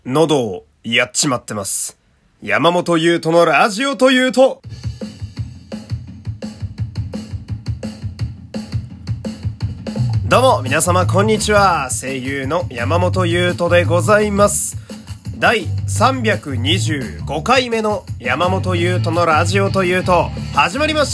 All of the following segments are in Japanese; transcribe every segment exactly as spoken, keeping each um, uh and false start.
喉をやっちまってます。山本優斗のラジオというと、どうも皆様こんにちは。声優の山本優斗でございます。第さんびゃくにじゅうごかいめの山本優斗のラジオというと始まりました。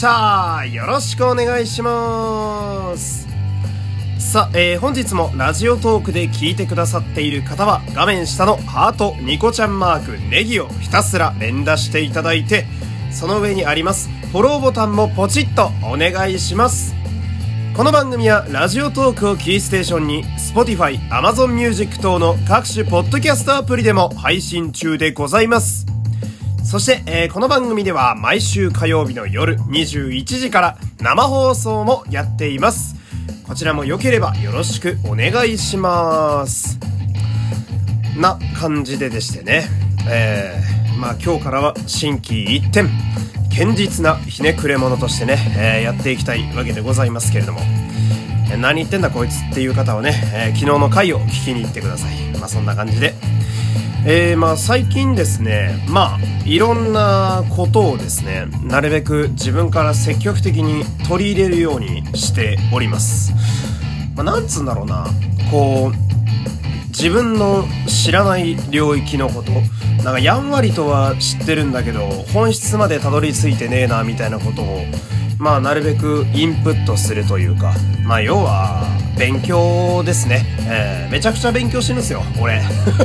よろしくお願いします。さあ、えー、本日もラジオトークで聞いてくださっている方は画面下のハートニコちゃんマークネギをひたすら連打していただいて、その上にありますフォローボタンもポチッとお願いします。この番組はラジオトークをキーステーションに Spotify、Amazon Music 等の各種ポッドキャストアプリでも配信中でございます。そして、えー、この番組では毎週火曜日の夜にじゅういちじから生放送もやっています。こちらも良ければよろしくお願いしますな感じででしてね、えー、まあ今日からは心機一転堅実なひねくれ者としてね、えー、やっていきたいわけでございますけれども、えー、何言ってんだこいつっていう方はね、えー、昨日の回を聞きに行ってください。まあそんな感じで、えー、まあ最近ですね、まあいろんなことをですね、なるべく自分から積極的に取り入れるようにしております。まあなんつうんだろうな、こう自分の知らない領域のこと、なんかやんわりとは知ってるんだけど本質までたどり着いてねえなみたいなことを、まあなるべくインプットするというか、まあ要は勉強ですね。えー、めちゃくちゃ勉強してるんですよ俺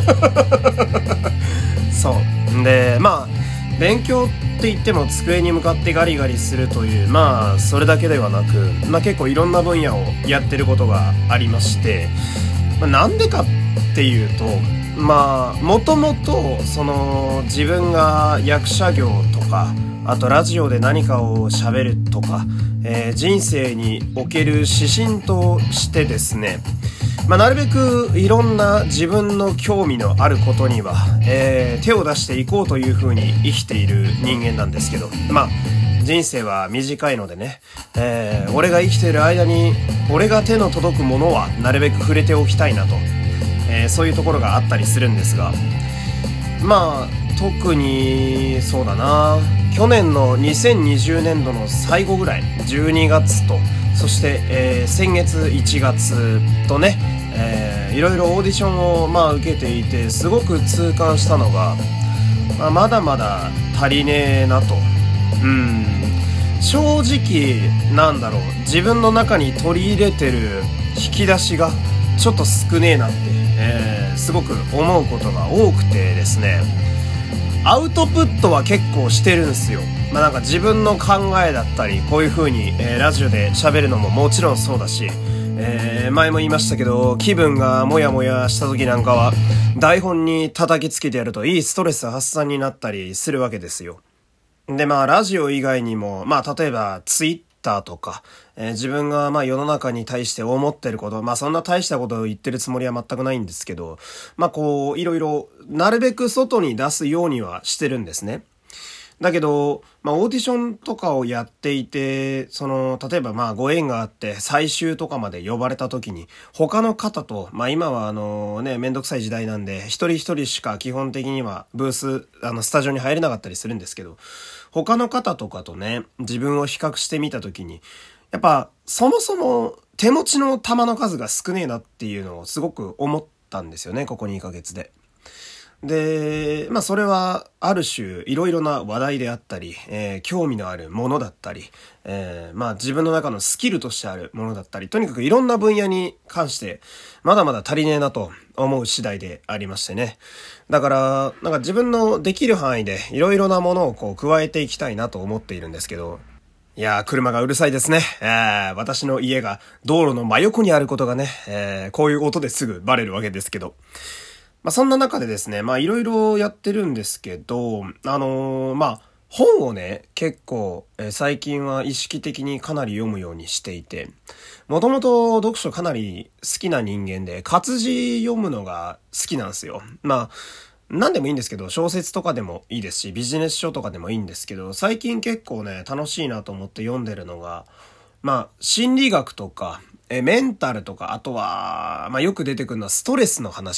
そうで、まあ勉強って言っても机に向かってガリガリするという、まあそれだけではなく、まあ結構いろんな分野をやってることがありまして、まあ、なんでかっていうと、まあもともとその自分が役者業とか、あとラジオで何かを喋るとか、えー、人生における指針としてですね、まあ、なるべくいろんな自分の興味のあることには、えー、手を出していこうというふうに生きている人間なんですけど、まあ人生は短いのでね、えー、俺が生きている間に俺が手の届くものはなるべく触れておきたいなと、えー、そういうところがあったりするんですが、まあ特にそうだな、去年のにせんにじゅうねんどの最後ぐらいじゅうにがつと、そして、えー、先月いちがつとね、えー、いろいろオーディションをまあ受けていて、すごく痛感したのが、まあ、まだまだ足りねえなと。うん、正直なんだろう、自分の中に取り入れてる引き出しがちょっと少ねえなって、えー、すごく思うことが多くてですね、アウトプットは結構してるんですよ。まあなんか自分の考えだったり、こういう風に、えー、ラジオで喋るのももちろんそうだし、えー、前も言いましたけど、気分がモヤモヤした時なんかは台本に叩きつけてやるといいストレス発散になったりするわけですよ。でまあラジオ以外にも、まあ例えばツイッターとか、えー、自分がまあ世の中に対して思ってること、まあそんな大したことを言ってるつもりは全くないんですけど、まあこういろいろなるべく外に出すようにはしてるんですね。だけど、まあオーディションとかをやっていて、その例えばまあご縁があって最終とかまで呼ばれた時に、他の方と、まあ今はあのねめんどくさい時代なんで一人一人しか基本的にはブースあのスタジオに入れなかったりするんですけど、他の方とかとね自分を比較してみた時に、やっぱそもそも手持ちの玉の数が少ねえなっていうのをすごく思ったんですよね、ここにかげつで。で、まあそれはある種いろいろな話題であったり、えー、興味のあるものだったり、えー、まあ自分の中のスキルとしてあるものだったり、とにかくいろんな分野に関してまだまだ足りねえなと思う次第でありましてね。だからなんか自分のできる範囲でいろいろなものをこう加えていきたいなと思っているんですけど、いやー車がうるさいですね。えー、私の家が道路の真横にあることがね、えー、こういう音ですぐバレるわけですけど、まあそんな中でですね、まあいろいろやってるんですけど、あのー、まあ本をね、結構、えー、最近は意識的にかなり読むようにしていて、もともと読書かなり好きな人間で、活字読むのが好きなんですよ。まあ、何でもいいんですけど、小説とかでもいいですし、ビジネス書とかでもいいんですけど、最近結構ね、楽しいなと思って読んでるのが、まあ、心理学とか、えメンタルとか、あとは、まあよく出てくるのはストレスの話。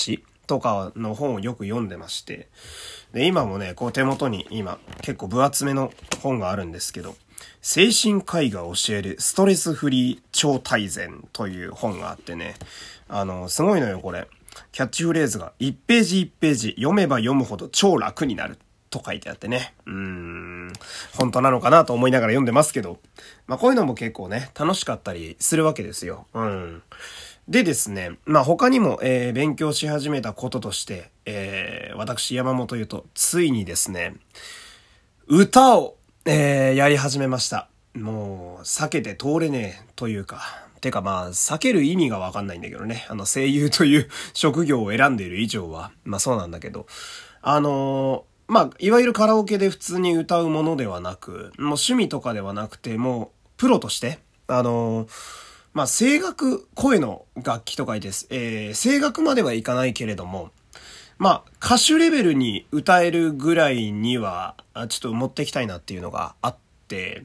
とかの本をよく読んでまして、で、今もね、こう手元に今結構分厚めの本があるんですけど、精神科医が教えるストレスフリー超大全という本があってね、あの、すごいのよこれ。キャッチフレーズがいちページいちページ読めば読むほど超楽になると書いてあってね。うーん、本当なのかなと思いながら読んでますけど、まあこういうのも結構ね、楽しかったりするわけですよ。うん。でですね、まあ他にも、えー、勉強し始めたこととして、えー、私山本優斗、ついにですね、歌を、えー、やり始めました。もう、避けて通れねえというか、てかまあ、避ける意味がわかんないんだけどね。あの、声優という職業を選んでいる以上は、まあそうなんだけど、あのー、まあ、いわゆるカラオケで普通に歌うものではなく、もう趣味とかではなくて、もう、プロとして、あのー、まあ、声楽、声の楽器と書いてです。えー、声楽まではいかないけれども、まあ、歌手レベルに歌えるぐらいには、ちょっと持っていきたいなっていうのがあって、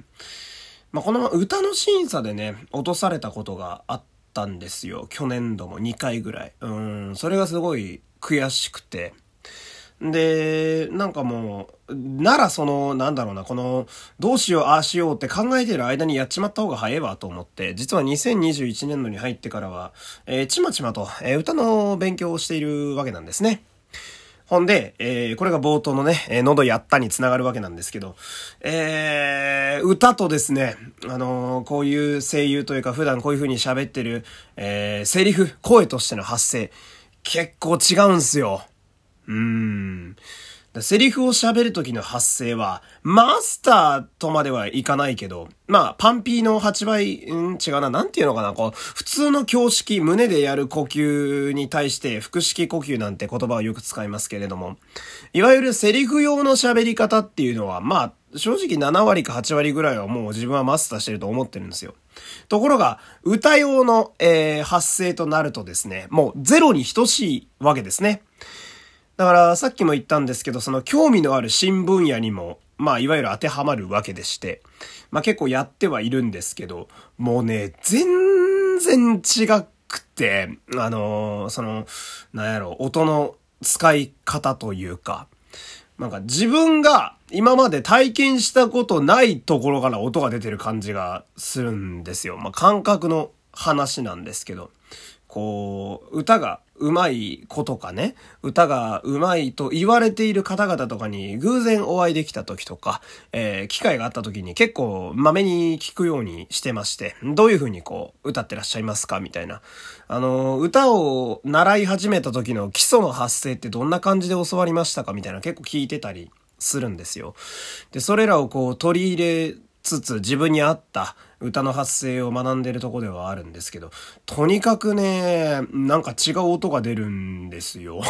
まあ、この歌の審査でね、落とされたことがあったんですよ。去年度もにかいぐらい。うーん、それがすごい悔しくて。で、なんかもう、ならその、なんだろうな、この、どうしよう、ああしようって考えてる間にやっちまった方が早いわと思って、実はにせんにじゅういちねん度に入ってからは、えー、ちまちまと、えー、歌の勉強をしているわけなんですね。ほんで、えー、これが冒頭のね、えー、喉やったにつながるわけなんですけど、えー、歌とですね、あのー、こういう声優というか普段こういう風に喋ってる、えー、セリフ、声としての発声、結構違うんすよ。うーん。セリフを喋る時の発声は、マスターとまではいかないけど、まあ、パンピーのはちばい、うん、違うな、なんていうのかな、こう、普通の胸式、胸でやる呼吸に対して、腹式呼吸なんて言葉をよく使いますけれども、いわゆるセリフ用の喋り方っていうのは、まあ、正直ななわりかはちわりぐらいはもう自分はマスターしてると思ってるんですよ。ところが、歌用の、えー、発声となるとですね、もうゼロに等しいわけですね。だからさっきも言ったんですけど、その興味のある新分野にも、まあいわゆる当てはまるわけでして、まあ結構やってはいるんですけど、もうね、全然違くて、あのー、その、なんやろ、音の使い方というか、なんか自分が今まで体験したことないところから音が出てる感じがするんですよ。まあ感覚の話なんですけど、こう、歌が上手い子とかね、歌が上手いと言われている方々とかに偶然お会いできた時とか、えー、機会があった時に結構まめに聞くようにしてまして、どういう風にこう、歌ってらっしゃいますかみたいな。あの、歌を習い始めた時の基礎の発声ってどんな感じで教わりましたかみたいな結構聞いてたりするんですよ。で、それらをこう取り入れつつ自分に合った歌の発声を学んでるとこではあるんですけど、とにかくね、なんか違う音が出るんですよ。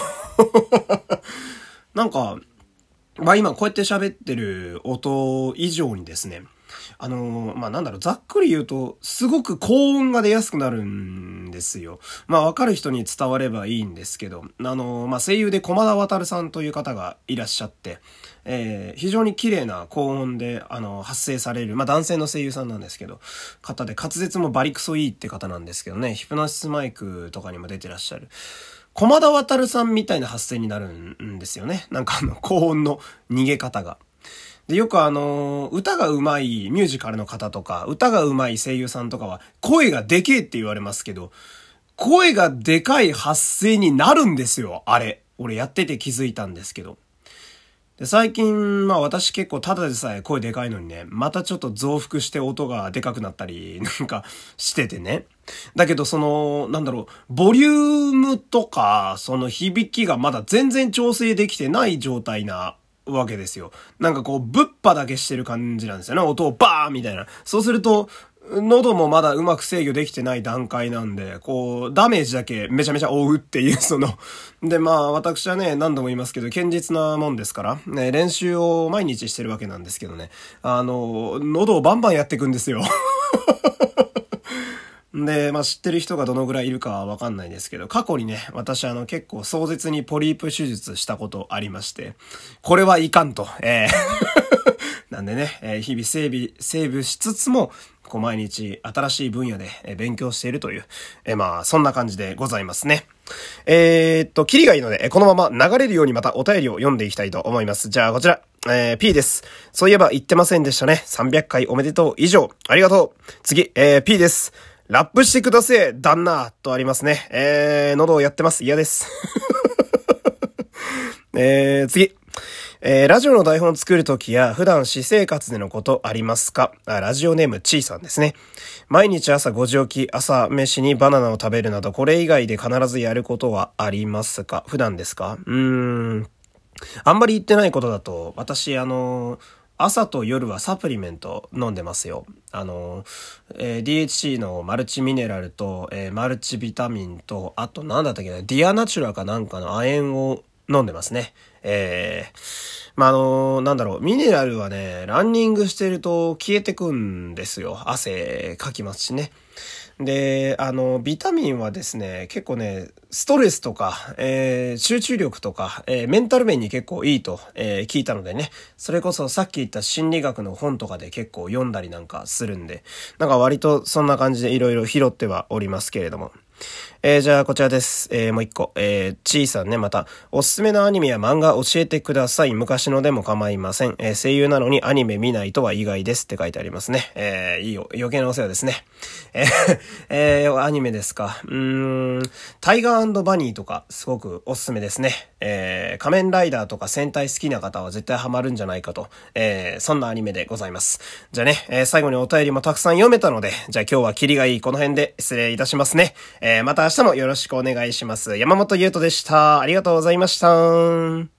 なんか、まあ今こうやって喋ってる音以上にですね、あのー、まあなんだろう、ざっくり言うと、すごく高音が出やすくなるんですよ。まあわかる人に伝わればいいんですけど、あのー、まあ声優で駒田渉さんという方がいらっしゃって、えー、非常に綺麗な高音で、あのー、発声される、まあ男性の声優さんなんですけど、方で滑舌もバリクソいいって方なんですけどね、ヒプノシスマイクとかにも出てらっしゃる。駒田渉さんみたいな発声になるんですよね。なんかあの、高音の逃げ方が。で、よくあのー、歌が上手いミュージカルの方とか、歌が上手い声優さんとかは、声がでけえって言われますけど、声がでかい発声になるんですよ、あれ。俺やってて気づいたんですけど。で、最近、まあ私結構ただでさえ声でかいのにね、またちょっと増幅して音がでかくなったり、なんかしててね。だけどその、なんだろう、ボリュームとか、その響きがまだ全然調整できてない状態なわけですよ。なんかこう、ぶっぱだけしてる感じなんですよね。音をバーンみたいな。そうすると、喉もまだうまく制御できてない段階なんで、こう、ダメージだけめちゃめちゃ負うっていう、その、で、まあ、私はね、何度も言いますけど、堅実なもんですから、ね、練習を毎日してるわけなんですけどね、あの、喉をバンバンやっていくんですよ。で、まあ知ってる人がどのぐらいいるかはわかんないですけど、過去にね、私あの結構壮絶にポリープ手術したことありまして、これはいかんと、えー、なんでね、えー、日々整備、セーブしつつも、こう毎日新しい分野で勉強しているという、えー、まあそんな感じでございますね。 えー、っと、キリがいいので、このまま流れるようにまたお便りを読んでいきたいと思います。じゃあ、こちら。えー、P です。そういえば言ってませんでしたね。さんびゃっかいおめでとう以上。ありがとう。次、えー、P です。ラップしてください、旦那。とありますね。えー、喉をやってます。嫌です。えー、次。えー、ラジオの台本を作るときや普段私生活でのことありますか？あ、ラジオネームちーさんですね。毎日朝ごじ起き、朝飯にバナナを食べるなど、これ以外で必ずやることはありますか？普段ですか？うーん。あんまり言ってないことだと、私、あの、朝と夜はサプリメント飲んでますよ。あの、えー、ディーエイチシー のマルチミネラルと、えー、マルチビタミンと、あとなんだったっけな、ディアナチュラかなんかの亜鉛を飲んでますね。えー、まあ、あの、なんだろう、ミネラルはね、ランニングしてると消えてくんですよ。汗かきますしね。で、あの、ビタミンはですね、結構ね、ストレスとか、えー、集中力とか、えー、メンタル面に結構いいと、えー、聞いたのでね、それこそさっき言った心理学の本とかで結構読んだりなんかするんで、なんか割とそんな感じでいろいろ拾ってはおりますけれども。えー、じゃあこちらです。えー、もう一個。えー、ちーさんね、また、おすすめのアニメや漫画教えてください。昔のでも構いません。えー、声優なのにアニメ見ないとは意外ですって書いてありますね。えー、いいよ。余計なお世話ですね。えー、えー、アニメですか。うーん、タイガー&バニーとか、すごくおすすめですね。えー、仮面ライダーとか戦隊好きな方は絶対ハマるんじゃないかと。えー、そんなアニメでございます。じゃあね、えー、最後にお便りもたくさん読めたので、じゃあ今日はキリがいいこの辺で失礼いたしますね。えー、また明日もよろしくお願いします。山本優斗でした。ありがとうございました。